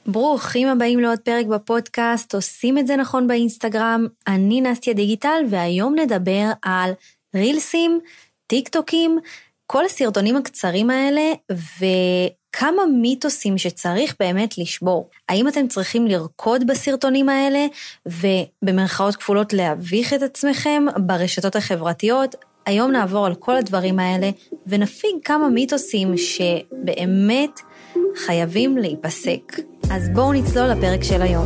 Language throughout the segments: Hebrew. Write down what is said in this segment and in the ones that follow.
ברוכים הבאים לעוד פרק בפודקאסט, עושים את זה נכון באינסטגרם. אני נסטיה דיגיטל, והיום נדבר על רילסים, טיק טוקים, כל הסרטונים הקצרים האלה, וכמה מיתוסים שצריך באמת לשבור. האם אתם צריכים לרקוד בסרטונים האלה, ובמרכאות כפולות להביך את עצמכם ברשתות החברתיות? היום נעבור על כל הדברים האלה, ונפיג כמה מיתוסים שבאמת חייבים להיפסק. אז בואו נצלול לפרק של היום.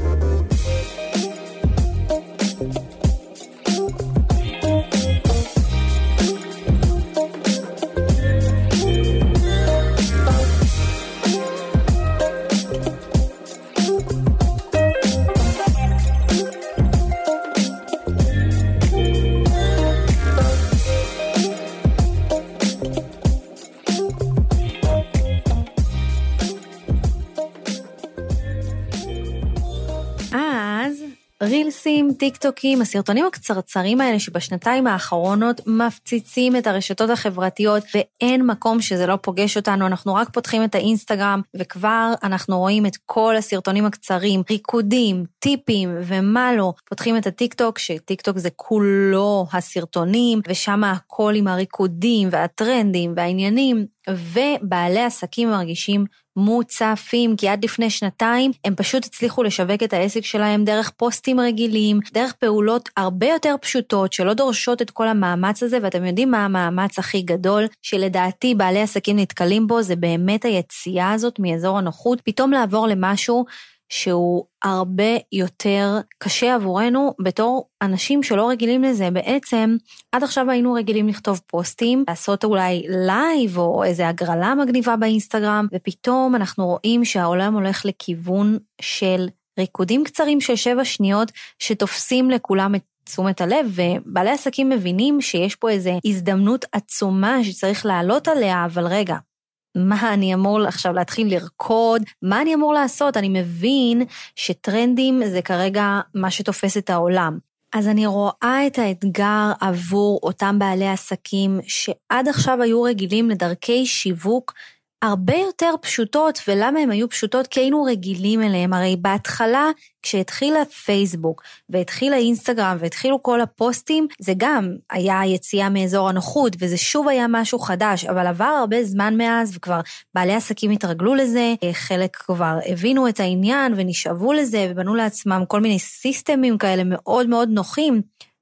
רילסים, טיק טוקים, הסרטונים הקצרצרים האלה שבשנתיים האחרונות מפציצים את הרשתות החברתיות, ואין מקום שזה לא פוגש אותנו. אנחנו רק פותחים את האינסטגרם וכבר אנחנו רואים את כל הסרטונים הקצרים, ריקודים, טיפים ומה לא. פותחים את הטיק טוק, שטיק טוק זה כולו הסרטונים, ושם הכל עם הריקודים והטרנדים והעניינים, ובעלי עסקים מרגישים מוצפים, כי עד לפני שנתיים הם פשוט הצליחו לשווק את העסק שלהם דרך פוסטים רגילים, דרך פעולות הרבה יותר פשוטות שלא דורשות את כל המאמץ הזה. ואתם יודעים מה המאמץ הכי גדול שלדעתי בעלי עסקים נתקלים בו? זה באמת היציאה הזאת מאזור הנוחות, פתאום לעבור למשהו שהוא הרבה יותר קשה עבורנו בתור אנשים שלא רגילים לזה. בעצם עד עכשיו היינו רגילים לכתוב פוסטים, לעשות אולי לייב או איזה הגרלה מגניבה באינסטגרם, ופתאום אנחנו רואים שהעולם הולך לכיוון של ריקודים קצרים של 7 שניות שתופסים לכולם את תשומת הלב, ובעלי עסקים מבינים שיש פה איזו הזדמנות עצומה שצריך לעלות עליה. אבל רגע, מה אני אמור עכשיו להתחיל לרקוד? מה אני אמור לעשות? אני מבין שטרנדים זה כרגע מה שתופס את העולם. אז אני רואה את האתגר עבור אותם בעלי עסקים שעד עכשיו היו רגילים לדרכי שיווק הרבה יותר פשוטות. ולמה הם היו פשוטות? כי היינו רגילים אליהם. הרי בהתחלה, כשהתחיל הפייסבוק והתחיל האינסטגרם והתחילו כל הפוסטים, זה גם היה יציאה מאזור הנוחות, וזה שוב היה משהו חדש, אבל עבר הרבה זמן מאז, וכבר בעלי עסקים התרגלו לזה, חלק כבר הבינו את העניין ונשאבו לזה, ובנו לעצמם כל מיני סיסטמים כאלה מאוד מאוד נוחים.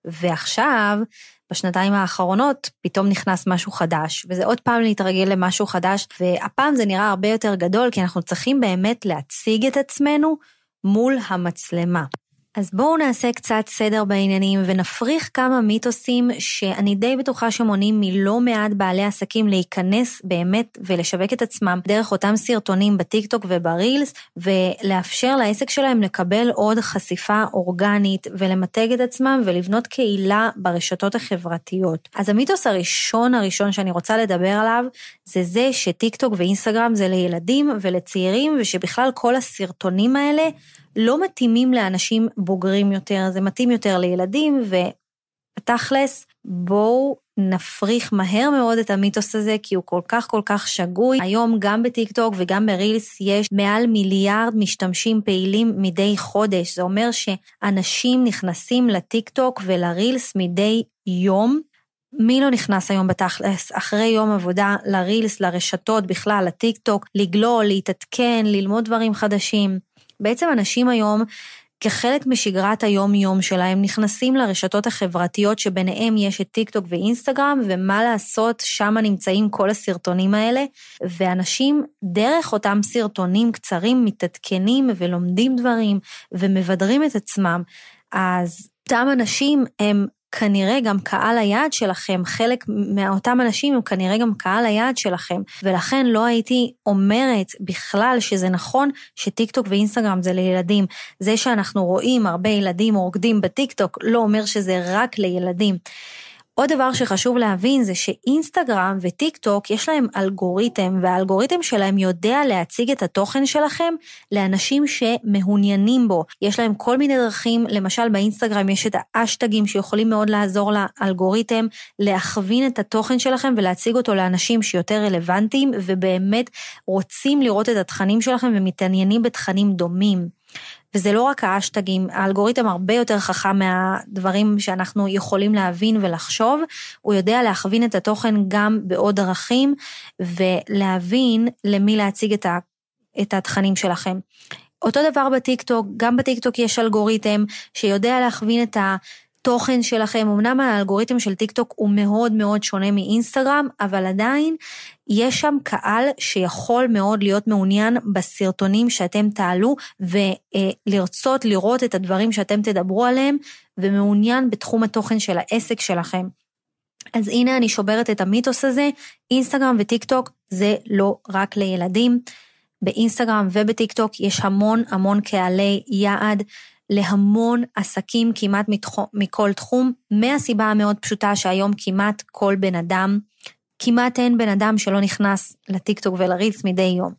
ועכשיו, בשנתיים האחרונות, פתאום נכנס משהו חדש, וזה עוד פעם להתרגל למשהו חדש, והפעם זה נראה הרבה יותר גדול, כי אנחנו צריכים באמת להציג את עצמנו מול המצלמה. אז בואו נעשה קצת סדר בעניינים, ונפריך כמה מיתוסים שאני די בטוחה שמונים מלא מעט בעלי עסקים להיכנס באמת ולשווק את עצמם דרך אותם סרטונים בטיק-טוק וברילס, ולאפשר לעסק שלהם לקבל עוד חשיפה אורגנית, ולמתג את עצמם ולבנות קהילה ברשתות החברתיות. אז המיתוס הראשון שאני רוצה לדבר עליו, זה שטיק-טוק ואינסטגרם זה לילדים ולצעירים, ושבכלל כל הסרטונים האלה לא מתאימים לאנשים בוגרים יותר, זה מתאים יותר לילדים. ותכלס, בואו נפריך מהר מאוד את המיתוס הזה, כי הוא כל כך שגוי. היום גם בטיק טוק וגם ברילס יש מעל 1 מיליארד משתמשים פעילים מדי חודש. זה אומר שאנשים נכנסים לטיק טוק ולרילס מדי יום. מי לא נכנס היום בתכלס, אחרי יום עבודה, לרילס, לרשתות בכלל, לטיק טוק, לגלול, להתעדכן, ללמוד דברים חדשים. בעצם אנשים היום, כחלק משגרת היום-יום שלהם, נכנסים לרשתות החברתיות שביניהם יש את טיק טוק ואינסטגרם, ומה לעשות, שם נמצאים כל הסרטונים האלה, ואנשים דרך אותם סרטונים קצרים מתעדכנים ולומדים דברים, ומבדרים את עצמם. אז אותם אנשים הם כנראה גם קהל היעד שלכם, חלק מאותם אנשים הם כנראה גם קהל היעד שלכם, ולכן לא הייתי אומרת בכלל שזה נכון שטיק טוק ואינסטגרם זה לילדים. זה שאנחנו רואים הרבה ילדים רוקדים בטיק טוק לא אומר שזה רק לילדים. עוד דבר שחשוב להבין זה שאינסטגרם וטיק טוק יש להם אלגוריתם, והאלגוריתם שלהם יודע להציג את התוכן שלכם לאנשים שמעוניינים בו. יש להם כל מיני דרכים, למשל באינסטגרם יש את האשטגים שיכולים מאוד לעזור לאלגוריתם, להכווין את התוכן שלכם ולהציג אותו לאנשים שיותר רלוונטיים, ובאמת רוצים לראות את התכנים שלכם ומתעניינים בתכנים דומים. וזה לא רק האשטגים, האלגוריתם הרבה יותר חכם מהדברים שאנחנו יכולים להבין ולחשוב, הוא יודע להכווין את התוכן גם בעוד דרכים, ולהבין למי להציג את התכנים שלכם. אותו דבר בטיקטוק, גם בטיקטוק יש אלגוריתם שיודע להכווין את התוכן שלכם, אמנם האלגוריתם של טיקטוק הוא מאוד מאוד שונה מאינסטגרם, אבל עדיין יש שם קהל שיכול מאוד להיות מעוניין בסרטונים שאתם תעלו, ולרצות לראות את הדברים שאתם תדברו עליהם, ומעוניין בתחום התוכן של העסק שלכם. אז הנה אני שוברת את המיתוס הזה, אינסטגרם וטיקטוק זה לא רק לילדים, באינסטגרם ובטיקטוק יש המון קהלי יעד, להמון עסקים כמעט מכל תחום, מהסיבה המאוד פשוטה שהיום כמעט כל בן אדם, כמעט אין בן אדם שלא נכנס לטיקטוק ולרילס מדי יום.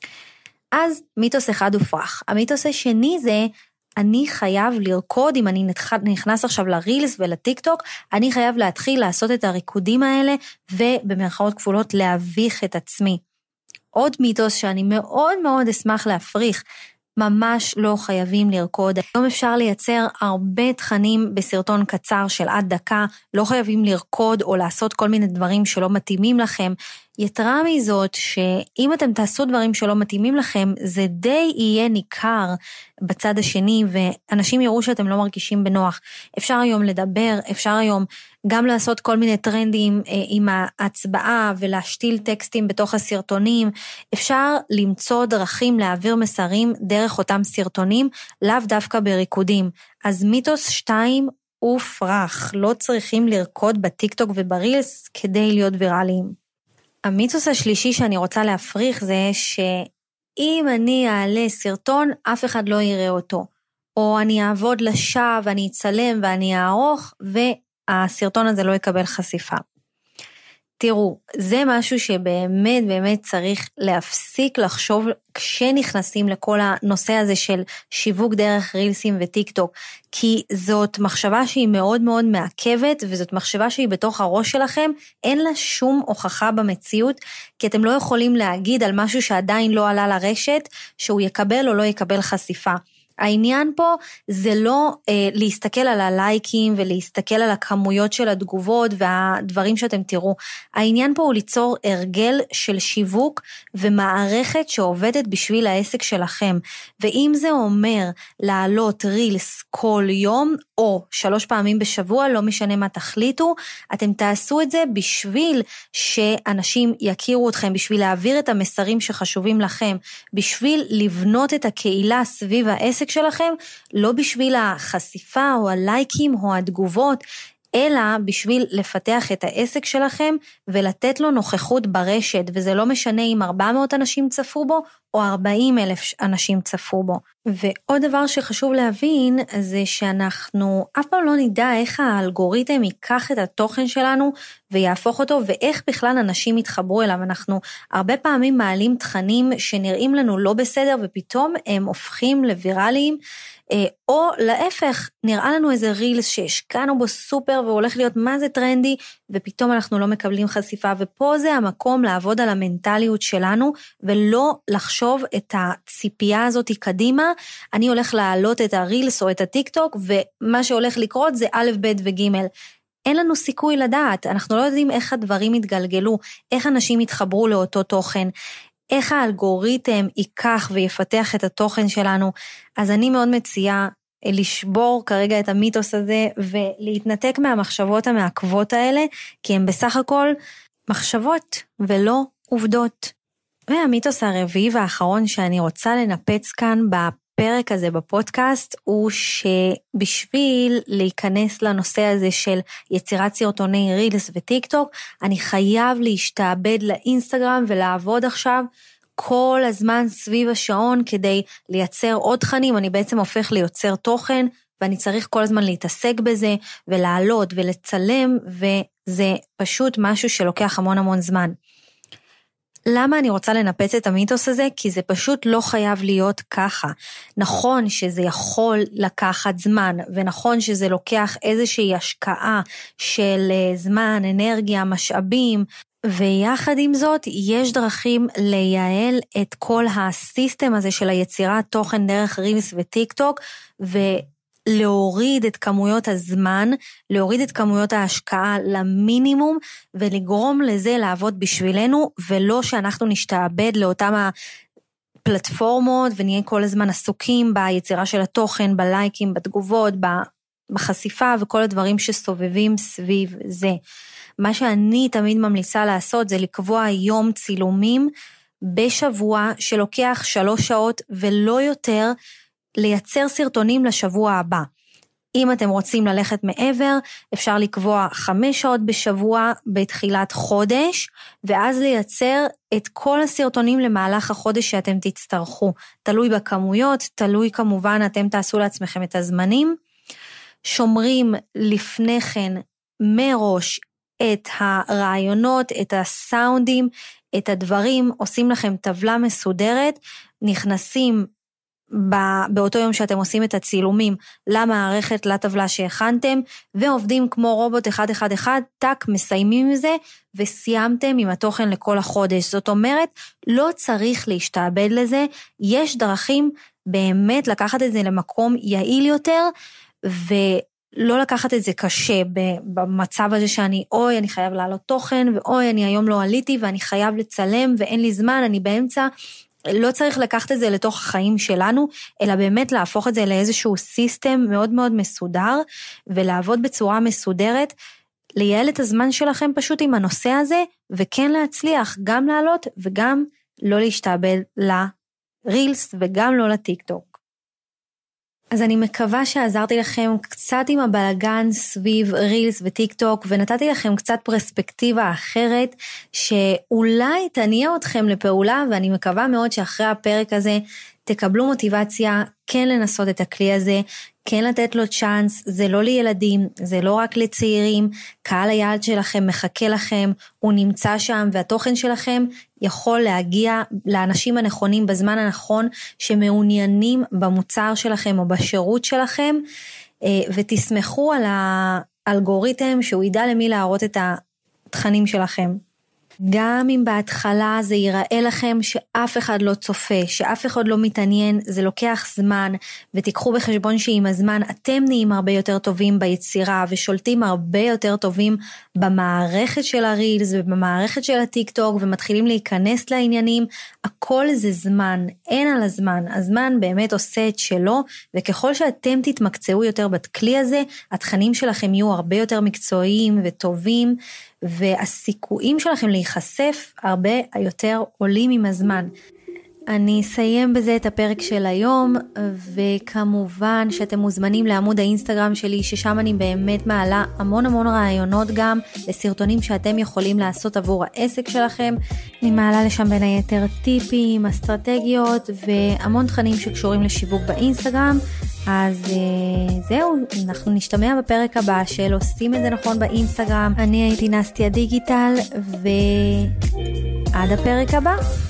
אז מיתוס אחד הופרך. המיתוס השני זה, אני חייב לרקוד, אם אני נכנס עכשיו לרילס ולטיקטוק, אני חייב להתחיל לעשות את הריקודים האלה, ובמרכאות כפולות להביך את עצמי. עוד מיתוס שאני מאוד מאוד אשמח להפריך, ממש לא חייבים לרקוד. היום אפשר לייצר הרבה תכנים בסרטון קצר של עד דקה, לא חייבים לרקוד או לעשות כל מיני דברים שלא מתאימים לכם. יתרה מזאת שאם אתם תעשו דברים שלא מתאימים לכם, זה די יהיה ניכר בצד השני, ואנשים יראו שאתם לא מרגישים בנוח. אפשר היום לדבר, אפשר היום גם לעשות כל מיני טרנדים עם ההצבעה, ולהשתיל טקסטים בתוך הסרטונים. אפשר למצוא דרכים להעביר מסרים דרך אותם סרטונים, לאו דווקא בריקודים. אז מיתוס 2 הופרך, לא צריכים לרקוד בטיקטוק וברילס כדי להיות ויראליים. המיתוס השלישי שאני רוצה להפריך זה שאם אני אעלה סרטון, אף אחד לא יראה אותו. או אני אעבוד לשווא, ואני אצלם ואני אערוך, והסרטון הזה לא יקבל חשיפה. תראו, זה משהו שבאמת באמת צריך להפסיק לחשוב כשנכנסים לכל הנושא הזה של שיווק דרך רילסים וטיקטוק, כי זאת מחשבה שהיא מאוד מאוד מעכבת, וזאת מחשבה שהיא בתוך הראש שלכם, אין לה שום הוכחה במציאות, כי אתם לא יכולים להגיד על משהו שעדיין לא עלה לרשת, שהוא יקבל או לא יקבל חשיפה. העניין פה זה לא להסתכל על הלייקים ולהסתכל על הכמויות של התגובות והדברים שאתם תראו. העניין פה הוא ליצור הרגל של שיווק ומערכת שעובדת בשביל העסק שלכם. ואם זה אומר לעלות רילס כל יום או 3 פעמים בשבוע, לא משנה מה תחליטו, אתם תעשו את זה בשביל שאנשים יכירו אתכם, בשביל להעביר את המסרים שחשובים לכם, בשביל לבנות את הקהילה סביב העסק שלכם, לא בשביל החשיפה או הלייקים או התגובות, אלא בשביל לפתח את העסק שלכם ולתת לו נוכחות ברשת, וזה לא משנה אם 400 אנשים צפו בו או 40,000 אנשים צפו בו. ועוד דבר שחשוב להבין זה שאנחנו אף פעם לא נדע איך האלגוריתם ייקח את התוכן שלנו ויהפוך אותו, ואיך בכלל אנשים יתחברו אליו. אנחנו הרבה פעמים מעלים תכנים שנראים לנו לא בסדר ופתאום הם הופכים לוויראליים, או להפך, נראה לנו איזה רילס שהשקענו בו סופר והולך להיות מה זה טרנדי, ופתאום אנחנו לא מקבלים חשיפה, ופה זה המקום לעבוד על המנטליות שלנו, ולא לחשוב את הציפייה הזאת קדימה, אני הולך להעלות את הרילס או את הטיקטוק, ומה שהולך לקרות זה א' ב' וג'. אין לנו סיכוי לדעת, אנחנו לא יודעים איך הדברים יתגלגלו, איך אנשים יתחברו לאותו תוכן, איך האלגוריתם ייקח ויפתח את התוכן שלנו. אז אני מאוד מציעה לשבור כרגע את המיתוס הזה, ולהתנתק מהמחשבות המעכבות האלה, כי הם בסך הכל מחשבות ולא עובדות. והמיתוס הרביעי והאחרון שאני רוצה לנפץ כאן בפרק הזה בפודקאסט, הוא שבשביל להיכנס לנושא הזה של יצירת סרטוני רילס וטיקטוק, אני חייב להשתעבד לאינסטגרם ולעבוד עכשיו כל הזמן סביב השעון כדי לייצר עוד תכנים. אני בעצם הופך ליוצר תוכן ואני צריך כל הזמן להתעסק בזה, ולעלות ולצלם, וזה פשוט משהו שלוקח המון המון זמן. למה אני רוצה לנפץ את המיתוס הזה? כי זה פשוט לא חייב להיות ככה. נכון שזה יכול לקחת זמן, ונכון שזה לוקח איזושהי השקעה של זמן, אנרגיה, משאבים, ויחד עם זאת יש דרכים לייעל את כל הסיסטם הזה של היצירת תוכן דרך רילס וטיק טוק, להוריד את כמויות הזמן, להוריד את כמויות ההשקעה למינימום, ולגרום לזה לעבוד בשבילנו, ולא שאנחנו נשתעבד לאותם הפלטפורמות, ונהיה כל הזמן עסוקים ביצירה של התוכן, בלייקים, בתגובות, בחשיפה, וכל הדברים שסובבים סביב זה. מה שאני תמיד ממליצה לעשות, זה לקבוע יום צילומים, בשבוע שלוקח 3 שעות, ולא יותר, לייצר סרטונים לשבוע הבא. אם אתם רוצים ללכת מעבר, אפשר לקבוע 5 שעות בשבוע בתחילת חודש, ואז לייצר את כל הסרטונים למהלך החודש שאתם תצטרכו. תלוי בכמויות, תלוי כמובן אתם תעשו לעצמכם את הזמנים. שומרים לפני כן מראש את הרעיונות, את הסאונדים, את הדברים, עושים לכם טבלה מסודרת, נכנסים באותו יום שאתם עושים את הצילומים למערכת, לטבלה שהכנתם, ועובדים כמו רובוט 1-1-1, טק, מסיימים עם זה, וסיימתם עם התוכן לכל החודש. זאת אומרת, לא צריך להשתעבד לזה, יש דרכים באמת לקחת את זה למקום יעיל יותר, ולא לקחת את זה קשה במצב הזה שאני, אוי, אני חייב לעלות תוכן, ואוי, אני היום לא עליתי, ואני חייב לצלם, ואין לי זמן, אני באמצע. לא צריך לקחת את זה לתוך החיים שלנו, אלא באמת להפוך את זה לאיזשהו סיסטם מאוד מאוד מסודר, ולעבוד בצורה מסודרת, לייעל את הזמן שלכם פשוט עם הנושא הזה, וכן להצליח גם לעלות, וגם לא להשתעבד לרילס, וגם לא לטיק טוק. אז אני מקווה שעזרתי לכם קצת עם הבלגן סביב רילס וטיק טוק, ונתתי לכם קצת פרספקטיבה אחרת, שאולי תניע אתכם לפעולה, ואני מקווה מאוד שאחרי הפרק הזה, תקבלו מוטיבציה כן לנסות את הכלי הזה, כן לתת לו צ'אנס, זה לא לילדים, זה לא רק לצעירים, קהל היעד שלכם מחכה לכם, הוא נמצא שם, והתוכן שלכם יכול להגיע לאנשים הנכונים בזמן הנכון, שמעוניינים במוצר שלכם או בשירות שלכם, ותסמכו על האלגוריתם שהוא ידע למי להראות את התכנים שלכם. גם אם בהתחלה זה ייראה לכם שאף אחד לא צופה, שאף אחד לא מתעניין, זה לוקח זמן, ותיקחו בחשבון שעם הזמן אתם נהיים הרבה יותר טובים ביצירה, ושולטים הרבה יותר טובים במערכת של הרילס, ובמערכת של הטיק טוק, ומתחילים להיכנס לעניינים, הכל זה זמן, אין על הזמן, הזמן באמת עושה את שלו, וככל שאתם תתמקצעו יותר בכלי הזה, התכנים שלכם יהיו הרבה יותר מקצועיים וטובים, והסיכויים שלכם להיחשף הרבה יותר עולים עם הזמן. אני אסיים בזה את הפרק של היום, וכמובן שאתם מוזמנים לעמוד האינסטגרם שלי, ששם אני באמת מעלה המון המון רעיונות גם לסרטונים שאתם יכולים לעשות עבור העסק שלכם. אני מעלה לשם בין היתר טיפים, אסטרטגיות והמון תכנים שקשורים לשיווק באינסטגרם. אז זהו, אנחנו נשתמע בפרק הבא של עושים את זה נכון באינסטגרם. אני הייתי נסטיה דיגיטל, ועד הפרק הבא.